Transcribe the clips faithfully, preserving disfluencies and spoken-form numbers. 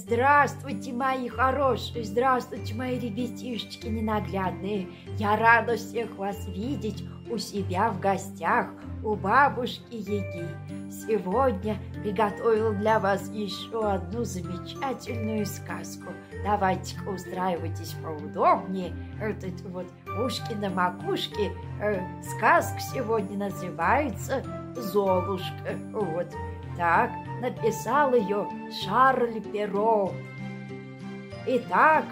Здравствуйте, мои хорошие, здравствуйте, мои ребятишечки ненаглядные. Я рада всех вас видеть у себя в гостях, у бабушки Яги. Сегодня приготовил для вас еще одну замечательную сказку. Давайте-ка устраивайтесь поудобнее. Этот вот ушки на макушке. Сказка сегодня называется «Золушка». Вот так написал ее Шарль Перро. Итак,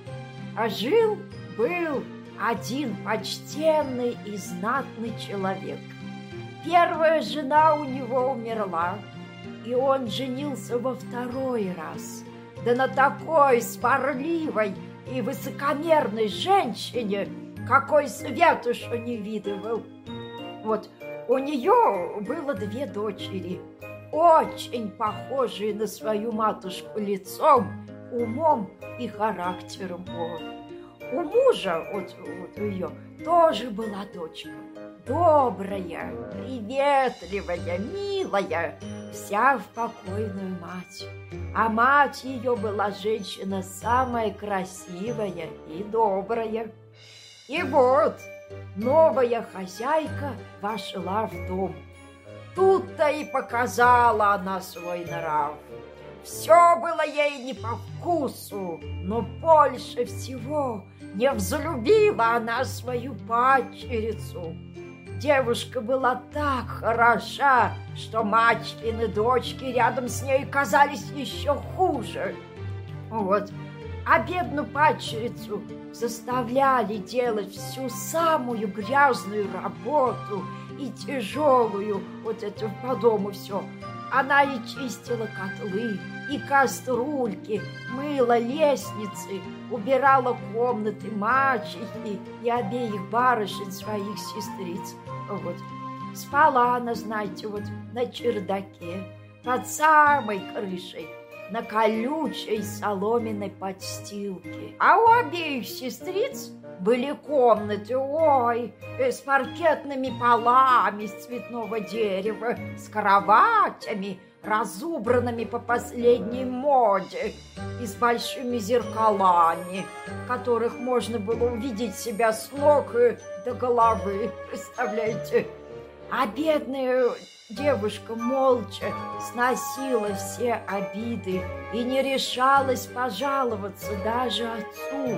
а жил-был один почтенный и знатный человек. Первая жена у него умерла, и он женился во второй раз. Да на такой сварливой и высокомерной женщине, какой свет уж не видывал. Вот у нее было две дочери, очень похожие на свою матушку лицом, умом и характером. Вот. У мужа, вот, вот у ее, тоже была дочка, добрая, приветливая, милая, вся в покойную мать. А мать ее была женщина самая красивая и добрая. И вот новая хозяйка вошла в дом. Тут-то и показала она свой нрав. Все было ей не по вкусу, но больше всего не взлюбила она свою падчерицу. Девушка была так хороша, что мачехины дочки рядом с ней казались еще хуже. Вот. А бедную падчерицу заставляли делать всю самую грязную работу и тяжелую, вот это по дому все. Она и чистила котлы, и кастрюльки, мыла лестницы, убирала комнаты мачехи и обеих барышень своих сестриц. Вот. Спала она, знаете, вот на чердаке, под самой крышей, на колючей соломенной подстилке. А у обеих сестриц были комнаты, ой, с паркетными полами из цветного дерева, с кроватями, разубранными по последней моде, и с большими зеркалами, в которых можно было увидеть себя с ног до головы, представляете? А бедная девушка молча сносила все обиды и не решалась пожаловаться даже отцу.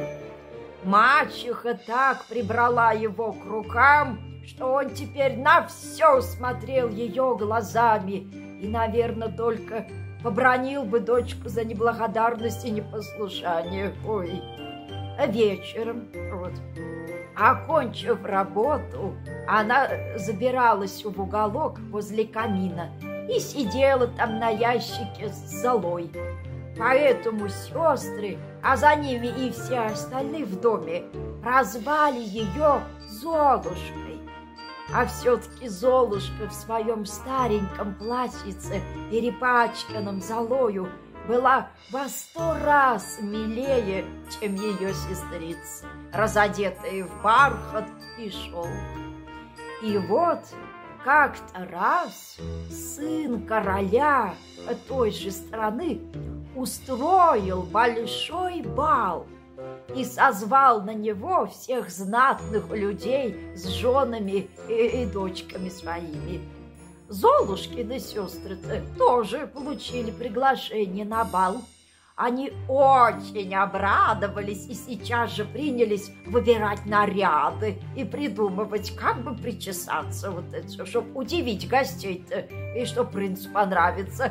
Мачеха так прибрала его к рукам, что он теперь на все смотрел ее глазами и, наверное, только побранил бы дочку за неблагодарность и непослушание. Ой, а вечером, вот, окончив работу, она забиралась в уголок возле камина и сидела там на ящике с золой. Поэтому сестры, а за ними и все остальные в доме, прозвали ее Золушкой. А все-таки Золушка в своем стареньком платьице, перепачканном золою, была во сто раз милее, чем ее сестрица, разодетая в бархат и шелк. И вот как-то раз сын короля той же страны устроил большой бал и созвал на него всех знатных людей с женами и, и дочками своими. Золушкины сестры-то тоже получили приглашение на бал. Они очень обрадовались и сейчас же принялись выбирать наряды и придумывать, как бы причесаться, вот это, чтобы удивить гостей-то и чтобы принцу понравится.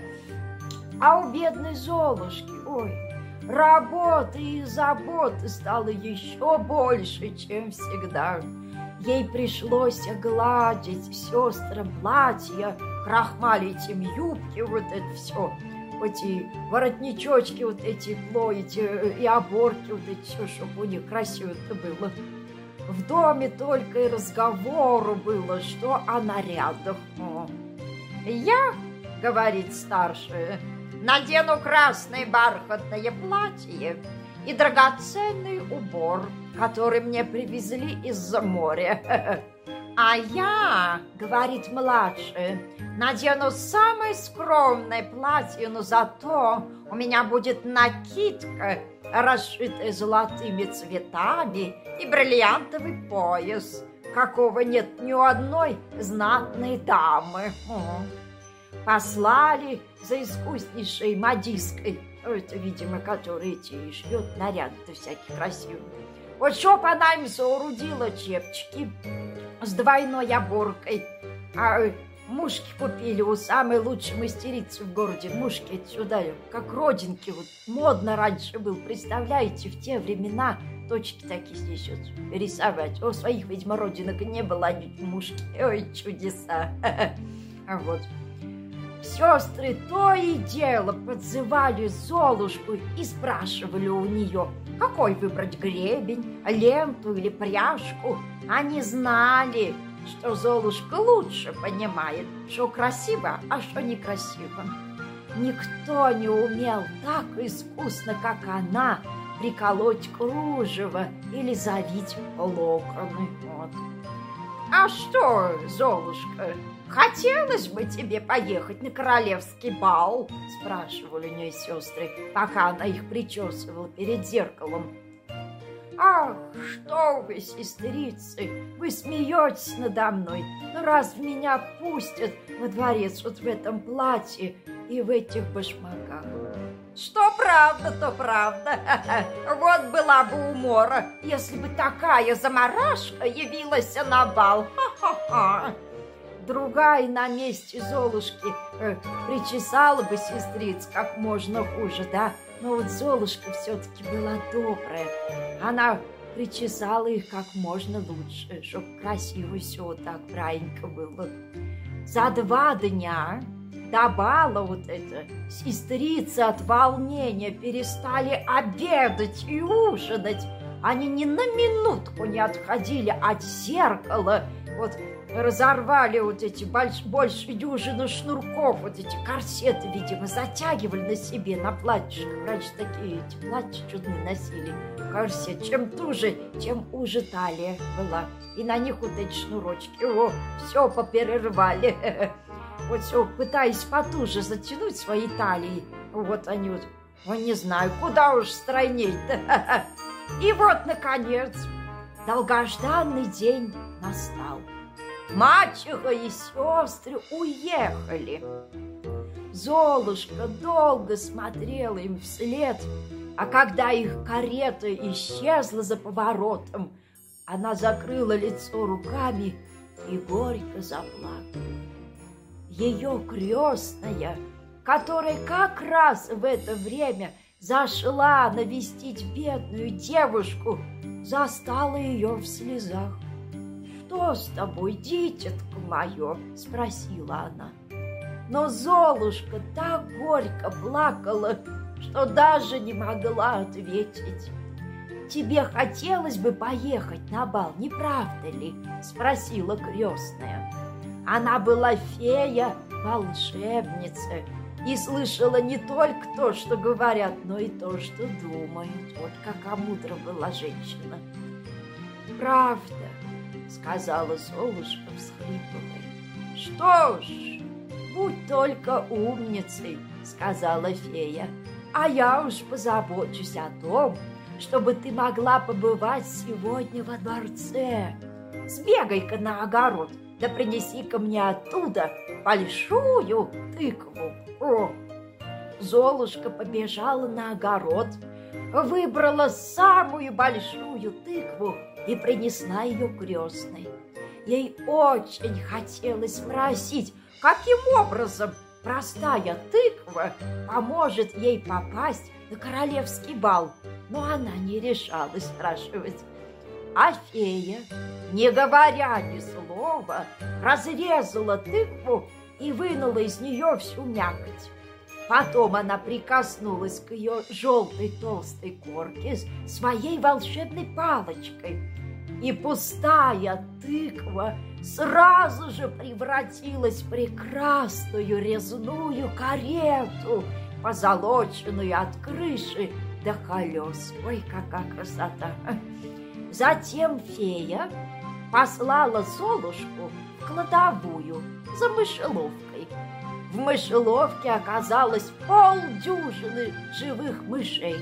А у бедной Золушки, ой, работы и заботы стало еще больше, чем всегда. Ей пришлось гладить сестрам платья, крахмалить им юбки, вот это все, эти воротничочки, вот эти плоить и оборки, вот эти все, чтобы у них красиво-то было. В доме только и разговору было, что о нарядах. О. Я, говорит старшая, надену красное бархатное платье и драгоценный убор, который мне привезли из-за моря. А я, говорит младшая, надену самое скромное платье, но зато у меня будет накидка, расшитая золотыми цветами, и бриллиантовый пояс, какого нет ни у одной знатной дамы. Послали за искуснейшей модисткой, это, видимо, которая эти шьет наряды-то всякие красивые. Вот чтоб она им соорудила чепчики с двойной оборкой. А мушки купили у самой лучшей мастерицы в городе. Мушки отсюда, как родинки. Вот модно раньше был, представляете, в те времена точки такие здесь вот рисовать. У своих, видимо, родинок не было, они мушки. Ой, чудеса. Вот. Сестры то и дело подзывали Золушку и спрашивали у нее, какой выбрать гребень, ленту или пряжку. Они знали, что Золушка лучше понимает, что красиво, а что некрасиво. Никто не умел так искусно, как она, приколоть кружево или завить локоны. Вот. А что, Золушка, хотелось бы тебе поехать на королевский бал? Спрашивали у нее сестры, пока она их причесывала перед зеркалом. Ах, что вы, сестрицы, вы смеетесь надо мной. Ну разве меня пустят во дворец вот в этом платье и в этих башмаках? Что правда, то правда. Вот была бы умора, если бы такая заморашка явилась на бал. Ха-ха-ха. Другая на месте Золушки э, причесала бы сестриц как можно хуже, да? Но вот Золушка все-таки была добрая. Она причесала их как можно лучше, чтоб красиво все вот так правильненько было. За два дня до бала вот это сестрицы от волнения перестали обедать и ужинать. Они ни на минутку не отходили от зеркала. Вот разорвали вот эти больш, больше дюжины шнурков, вот эти корсеты, видимо, затягивали на себе, на платьишках. Раньше такие эти платья чудные носили, корсет. Чем туже, тем уже талия была. И на них вот эти шнурочки, о, все поперервали. Вот все, пытаясь потуже затянуть свои талии. Вот они вот, ну, не знаю, куда уж стройней-то. И вот, наконец, долгожданный день настал. Мачеха и сестры уехали. Золушка долго смотрела им вслед, а когда их карета исчезла за поворотом, она закрыла лицо руками и горько заплакала. Ее крестная, которая как раз в это время зашла навестить бедную девушку, застала ее в слезах. «Что с тобой, дитятко мое?» – спросила она. Но Золушка так горько плакала, что даже не могла ответить. «Тебе хотелось бы поехать на бал, не правда ли?» – спросила крестная. Она была фея, волшебница, и слышала не только то, что говорят, но и то, что думают. Вот какая мудрая была женщина. «Правда», — сказала Золушка, всхлипывая. «Что ж, будь только умницей», — сказала фея, «а я уж позабочусь о том, чтобы ты могла побывать сегодня во дворце. Сбегай-ка на огород, да принеси-ка мне оттуда большую тыкву». О! Золушка побежала на огород, выбрала самую большую тыкву и принесла ее крестной. Ей очень хотелось спросить, каким образом простая тыква поможет ей попасть на королевский бал, но она не решалась спрашивать. А фея, не говоря ни слова, разрезала тыкву и вынула из нее всю мякоть. Потом она прикоснулась к ее желтой толстой корке своей волшебной палочкой, и пустая тыква сразу же превратилась в прекрасную резную карету, позолоченную от крыши до колес. Ой, какая красота! Затем фея послала Золушку в кладовую за мышеловкой. В мышеловке оказалось полдюжины живых мышей.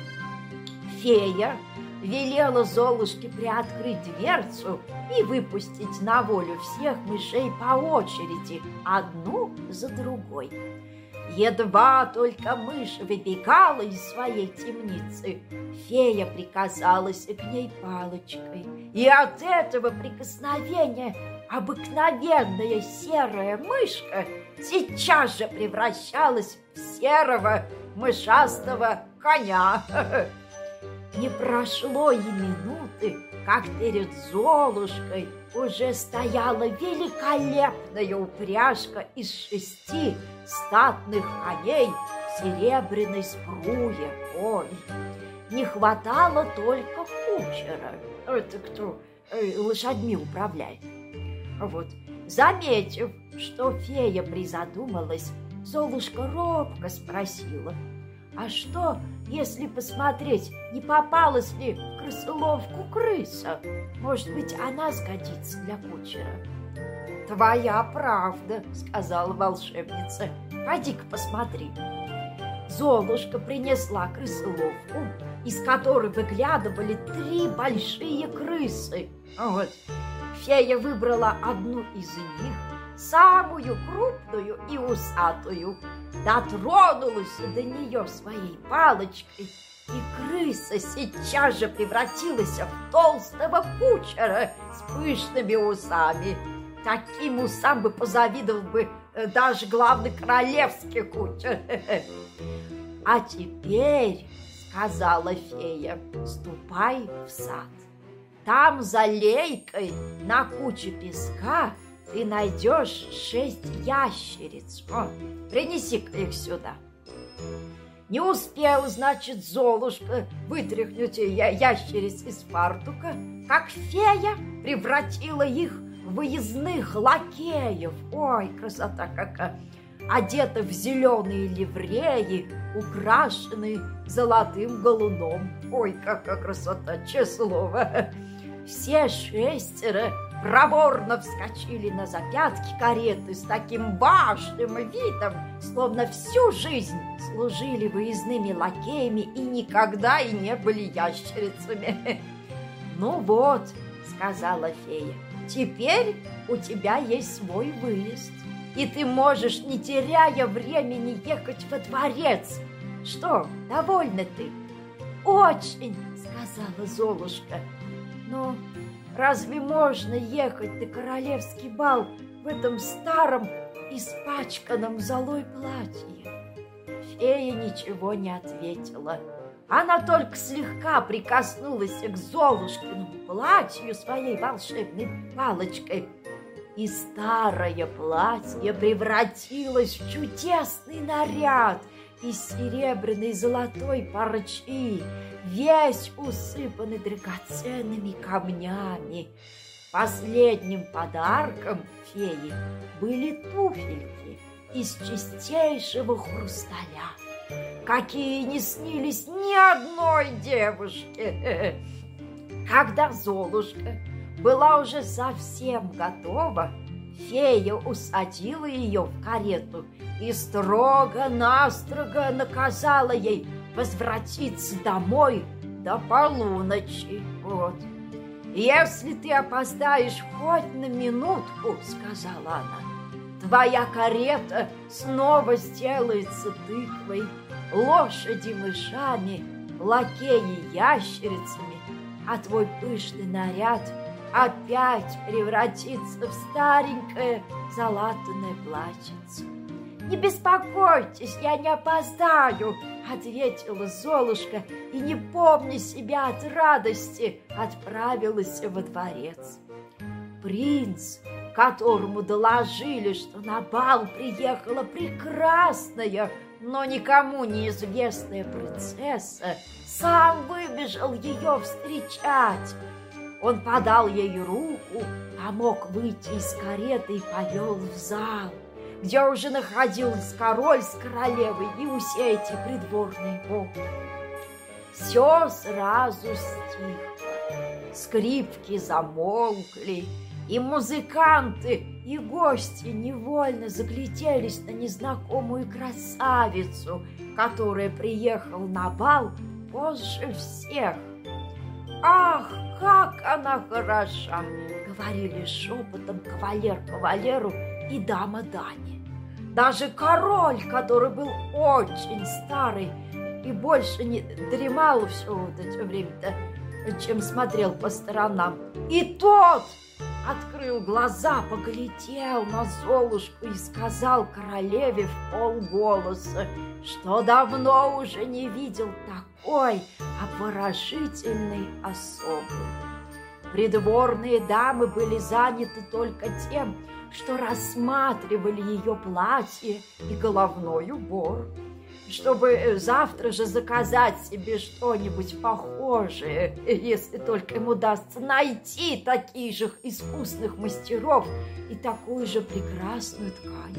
Фея велела Золушке приоткрыть дверцу и выпустить на волю всех мышей по очереди, одну за другой. Едва только мышь выбегала из своей темницы, фея прикасалась к ней палочкой, и от этого прикосновения обыкновенная серая мышка сейчас же превращалась в серого мышастого коня. Не прошло и минуты, как перед Золушкой уже стояла великолепная упряжка из шести статных коней в серебряной спруе. Ой, не хватало только кучера. Это кто э, лошадьми управляет. Вот, заметив, что фея призадумалась, Золушка робко спросила: а что, если посмотреть, не попалась ли в крысоловку крыса? Может быть, она сгодится для кучера? Твоя правда, сказала волшебница. Пойди-ка посмотри. Золушка принесла крысоловку, из которой выглядывали три большие крысы. Вот. Фея выбрала одну из них, самую крупную и усатую, дотронулась до нее своей палочкой, и крыса сейчас же превратилась в толстого кучера с пышными усами. Таким усам бы позавидовал бы даже главный королевский кучер. А теперь, сказала фея, ступай в сад. Там за лейкой на куче песка ты найдешь шесть ящериц. О, принеси-ка их сюда. Не успела, значит, Золушка вытряхнуть я ящериц из фартука, как фея превратила их в выездных лакеев. Ой, красота какая! Одеты в зеленые ливреи, украшенные золотым галуном. Ой, какая красота, честное слово! Все шестеро проворно вскочили на запятки кареты с таким важным видом, словно всю жизнь служили выездными лакеями и никогда и не были ящерицами. Ну вот, сказала фея, теперь у тебя есть свой выезд, и ты можешь, не теряя времени, ехать во дворец. Что, довольна ты? Очень, сказала Золушка. Но разве можно ехать на королевский бал в этом старом, испачканном золой платье? Фея ничего не ответила. Она только слегка прикоснулась к Золушкиному платью своей волшебной палочкой, и старое платье превратилось в чудесный наряд из серебряной золотой парчи, весь усыпанный драгоценными камнями. Последним подарком феи были туфельки из чистейшего хрусталя, какие не снились ни одной девушке. Когда Золушка была уже совсем готова, фея усадила ее в карету и строго-настрого наказала ей возвратиться домой до полуночи. Вот. «Если ты опоздаешь хоть на минутку, — сказала она, — твоя карета снова сделается тыквой, лошади мышами, лакеи ящерицами, а твой пышный наряд опять превратится в старенькое залатанное платьице». «Не беспокойтесь, я не опоздаю, — ответила Золушка, и, не помня себя от радости, отправилась во дворец. Принц, которому доложили, что на бал приехала прекрасная, но никому неизвестная принцесса, сам выбежал ее встречать. Он подал ей руку, помог выйти из кареты и повел в зал, где уже находились король с королевой и все эти придворные боги. Все сразу стихло. Скрипки замолкли, И музыканты, и гости невольно загляделись на незнакомую красавицу, которая приехала на бал позже всех. «Ах, как она хороша!» — говорили шепотом кавалер кавалеру и дама даме. Даже король, который был очень старый и больше не дремал все вот это время-то, чем смотрел по сторонам, и тот открыл глаза, поглядел на Золушку и сказал королеве в полголоса, что давно уже не видел такой обворожительной особы. Придворные дамы были заняты только тем, что рассматривали ее платье и головной убор, чтобы завтра же заказать себе что-нибудь похожее, если только им удастся найти таких же искусных мастеров и такую же прекрасную ткань.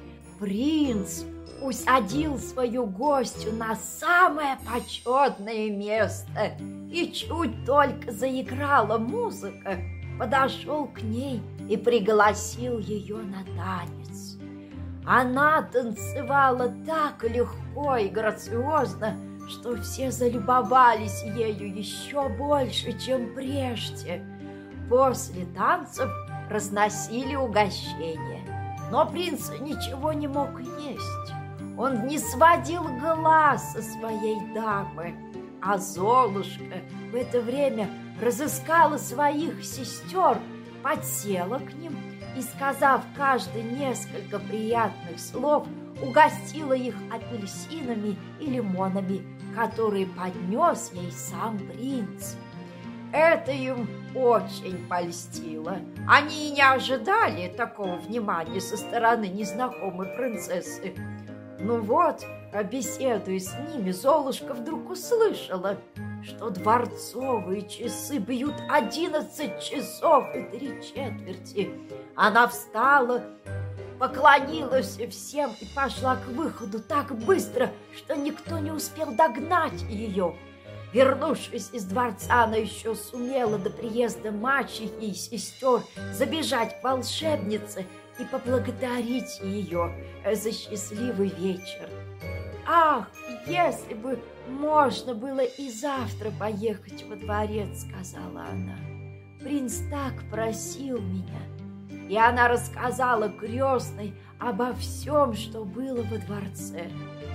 Принц усадил свою гостью на самое почетное место, и чуть только заиграла музыка, подошел к ней и пригласил ее на танец. Она танцевала так легко и грациозно, что все залюбовались ею еще больше, чем прежде. После танцев разносили угощения, но принц ничего не мог есть. Он не сводил глаз со своей дамы, а Золушка в это время разыскала своих сестер, подсела к ним и, сказав каждый несколько приятных слов, угостила их апельсинами и лимонами, которые поднес ей сам принц. Это им очень польстило. Они и не ожидали такого внимания со стороны незнакомой принцессы. Ну вот, беседуя с ними, Золушка вдруг услышала, что дворцовые часы бьют одиннадцать часов и три четверти. Она встала, поклонилась всем и пошла к выходу так быстро, что никто не успел догнать ее. Вернувшись из дворца, она еще сумела до приезда мачехи и сестер забежать к волшебнице и поблагодарить ее за счастливый вечер. «Ах, если бы можно было и завтра поехать во дворец», — сказала она. «Принц так просил меня». И она рассказала крестной обо всем, что было во дворце.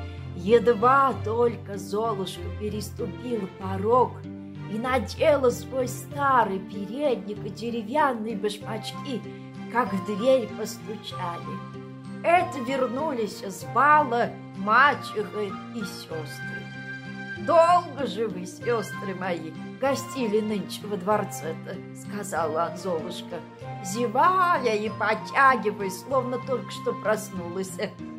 Едва только Золушка переступила порог и надела свой старый передник и деревянные башмачки, как в дверь постучали. Это вернулись с бала мачеха и сестры. «Долго же вы, сестры мои, гостили нынче во дворце-то», — сказала Золушка, зевая и потягиваясь, словно только что проснулась.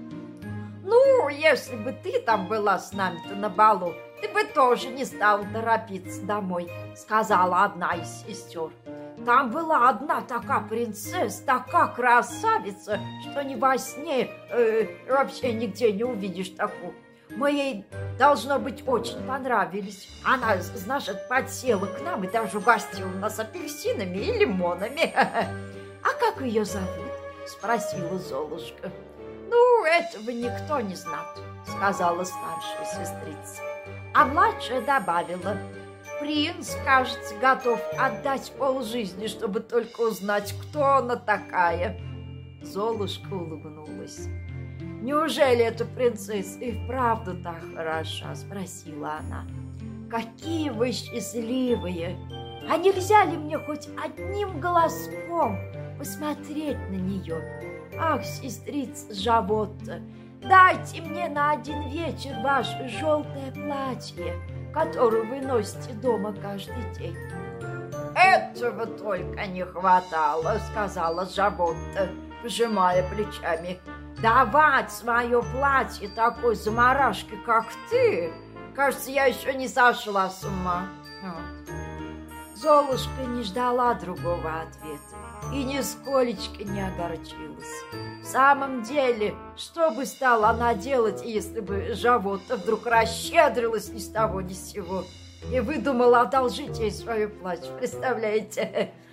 «Ну, если бы ты там была с нами-то на балу, ты бы тоже не стала торопиться домой», — сказала одна из сестер. «Там была одна такая принцесса, такая красавица, что ни во сне э, вообще нигде не увидишь такую. Мы ей, должно быть, очень понравились. Она, значит, подсела к нам и даже угостила нас апельсинами и лимонами». «А как ее зовут?» — спросила Золушка. «Ну, этого никто не знает», — сказала старшая сестрица. А младшая добавила: «Принц, кажется, готов отдать полжизни, чтобы только узнать, кто она такая». Золушка улыбнулась. «Неужели эта принцесса и вправду так хороша?» — спросила она. «Какие вы счастливые! А нельзя ли мне хоть одним глазком посмотреть на нее? Ах, сестрица Жаботта, дайте мне на один вечер ваше желтое платье, которое вы носите дома каждый день». «Этого только не хватало», — сказала Жаботта, пожимая плечами. «Давать свое платье такой заморашке, как ты, кажется, я еще не сошла с ума». Вот. Золушка не ждала другого ответа и нисколечко не огорчилась. В самом деле, что бы стала она делать, если бы Жаботта вдруг расщедрилась ни с того ни с сего и выдумала одолжить ей свое платье, представляете?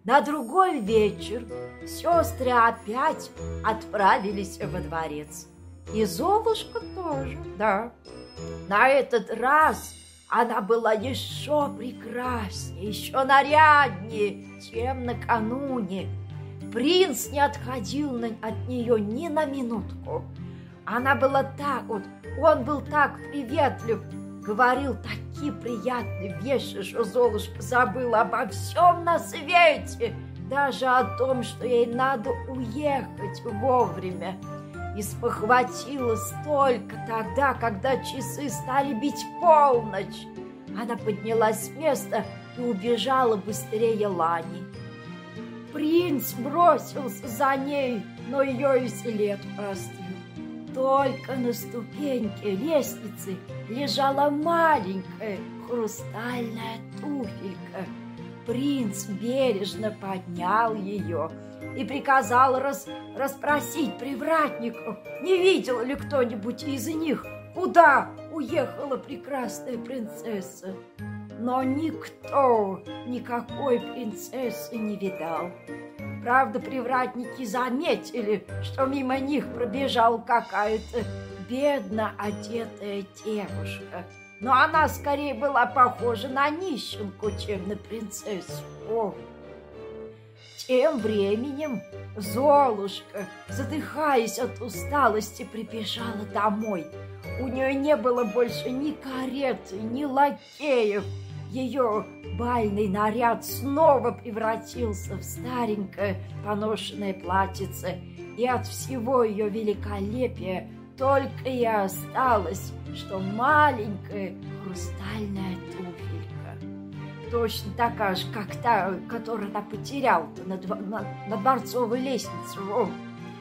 На другой вечер сестры опять отправились во дворец. И Золушка тоже, да. На этот раз она была еще прекраснее, еще наряднее, чем накануне. Принц не отходил на, от нее ни на минутку. Она была так вот, он был так приветлив, говорил такие приятные вещи, что Золушка забыла обо всем на свете, даже о том, что ей надо уехать вовремя. И спохватилась только тогда, когда часы стали бить полночь. Она поднялась с места и убежала быстрее Лани. Принц бросился за ней, но ее и след простыл. Только на ступеньке лестницы лежала маленькая хрустальная туфелька. Принц бережно поднял ее и приказал рас, расспросить привратников, не видел ли кто-нибудь из них, куда уехала прекрасная принцесса. Но никто никакой принцессы не видал. Правда, привратники заметили, что мимо них пробежала какая-то бедно одетая девушка. Но она скорее была похожа на нищенку, чем на принцессу. О! Тем временем Золушка, задыхаясь от усталости, прибежала домой. У нее не было больше ни кареты, ни лакеев. Ее бальный наряд снова превратился в старенькое поношенное платьице, и от всего ее великолепия только и осталось, что маленькая хрустальная туфелька. Точно такая же, как та, которую она потеряла на, на, на дворцовой лестнице. О.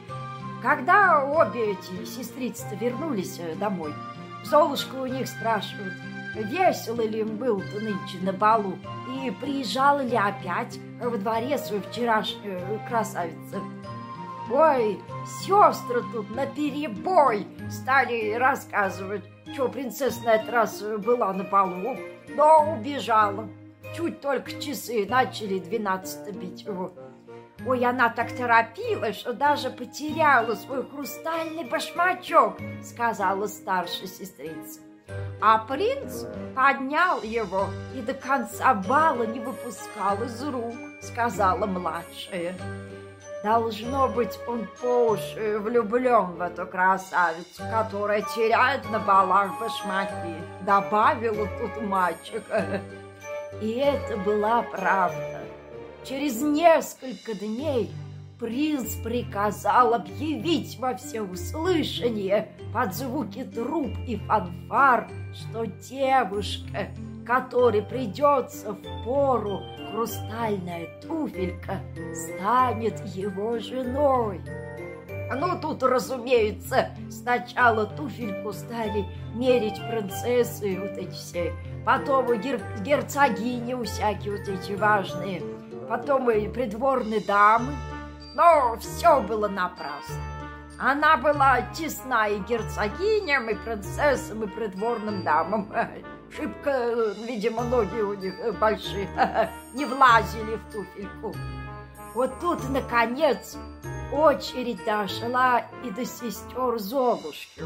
Когда обе эти сестрицы вернулись домой, Золушка у них спрашивает, весело ли им было-то нынче на балу, и приезжала ли опять во дворец вчерашняя красавица. Ой, сестры тут наперебой стали рассказывать, что принцесса на этот раз была на балу, но убежала. Чуть только часы начали двенадцать бить. Ой, она так торопилась, что даже потеряла свой хрустальный башмачок, сказала старшая сестрица. А принц поднял его и до конца бала не выпускал из рук, сказала младшая. Должно быть, он по уши влюблен в эту красавицу, которая теряет на балах башмаки, добавила тут мальчика. И это была правда. Через несколько дней принц приказал объявить во всеуслышание под звуки труб и фанфар, что девушка, которой придется впору хрустальная туфелька, станет его женой. Ну, тут, разумеется, сначала туфельку стали мерить принцессы вот эти все, потом гер герцогини всякие вот эти важные, потом и придворные дамы. Но все было напрасно. Она была тесна и герцогиням, и принцессам, и придворным дамам. Шибко, видимо, ноги у них большие, не влазили в туфельку. Вот тут, наконец, очередь дошла и до сестер Золушки.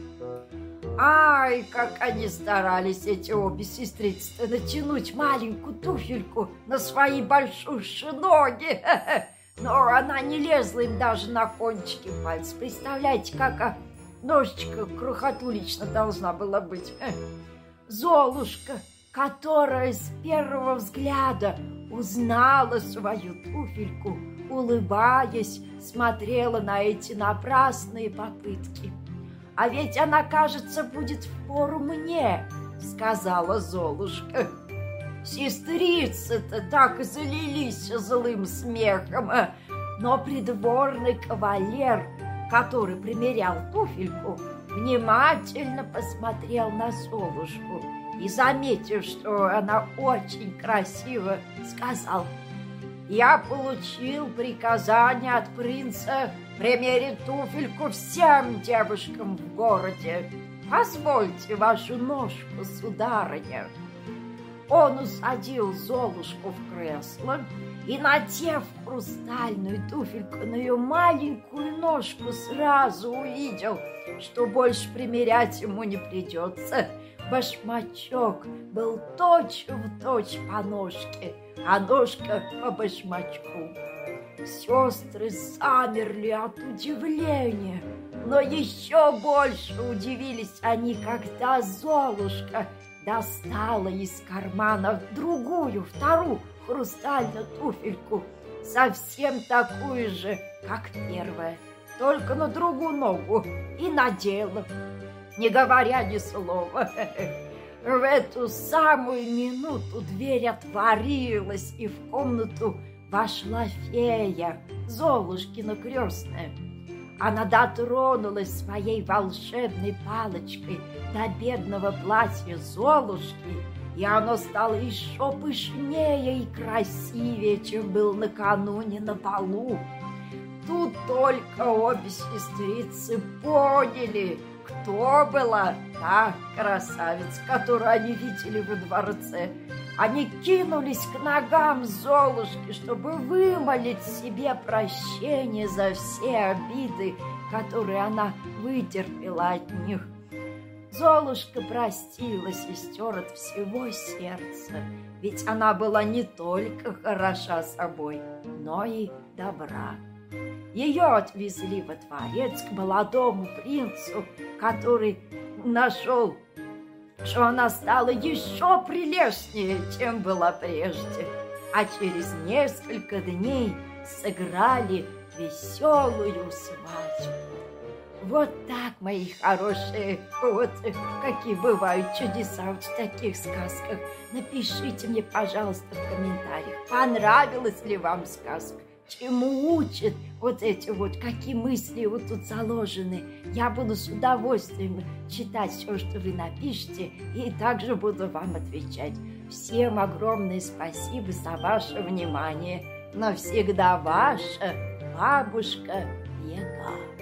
Ай, как они старались, эти обе сестрицы, натянуть маленькую туфельку на свои большущие ноги. Но она не лезла им даже на кончики пальцев. Представляете, какая ножечка крохотулично должна была быть. Золушка, которая с первого взгляда узнала свою туфельку, улыбаясь, смотрела на эти напрасные попытки. «А ведь она, кажется, будет впору мне», — сказала Золушка. Сестрицы-то так и залились злым смехом, но придворный кавалер, который примерял туфельку, внимательно посмотрел на Золушку и, заметив, что она очень красива, сказал: «Я получил приказание от принца примерить туфельку всем девушкам в городе. Позвольте вашу ножку, сударыня». Он усадил Золушку в кресло и, надев хрустальную туфельку на ее маленькую ножку, сразу увидел, что больше примерять ему не придется. Башмачок был точь-в-точь по ножке, а ножка по башмачку. Сестры замерли от удивления, но еще больше удивились они, когда Золушка достала из кармана другую, вторую хрустальную туфельку, совсем такую же, как первая, только на другую ногу, и надела, не говоря ни слова. В эту самую минуту дверь отворилась, и в комнату вошла фея, Золушкина крестная. Она дотронулась своей волшебной палочкой до бедного платья Золушки, и оно стало еще пышнее и красивее, чем был накануне на балу. Тут только обе сестрицы поняли, кто была та красавица, которую они видели во дворце. Они кинулись к ногам Золушки, чтобы вымолить себе прощение за все обиды, которые она вытерпела от них. Золушка простила сестер от всего сердца, ведь она была не только хороша собой, но и добра. Ее отвезли во дворец к молодому принцу, который нашел, что она стала еще прелестнее, чем была прежде. А через несколько дней сыграли веселую свадьбу. Вот так, мои хорошие, вот какие бывают чудеса вот в таких сказках. Напишите мне, пожалуйста, в комментариях, понравилась ли вам сказка, чему учат вот эти вот, какие мысли вот тут заложены. Я буду с удовольствием читать все, что вы напишите, и также буду вам отвечать. Всем огромное спасибо за ваше внимание. Навсегда ваша бабушка Яга.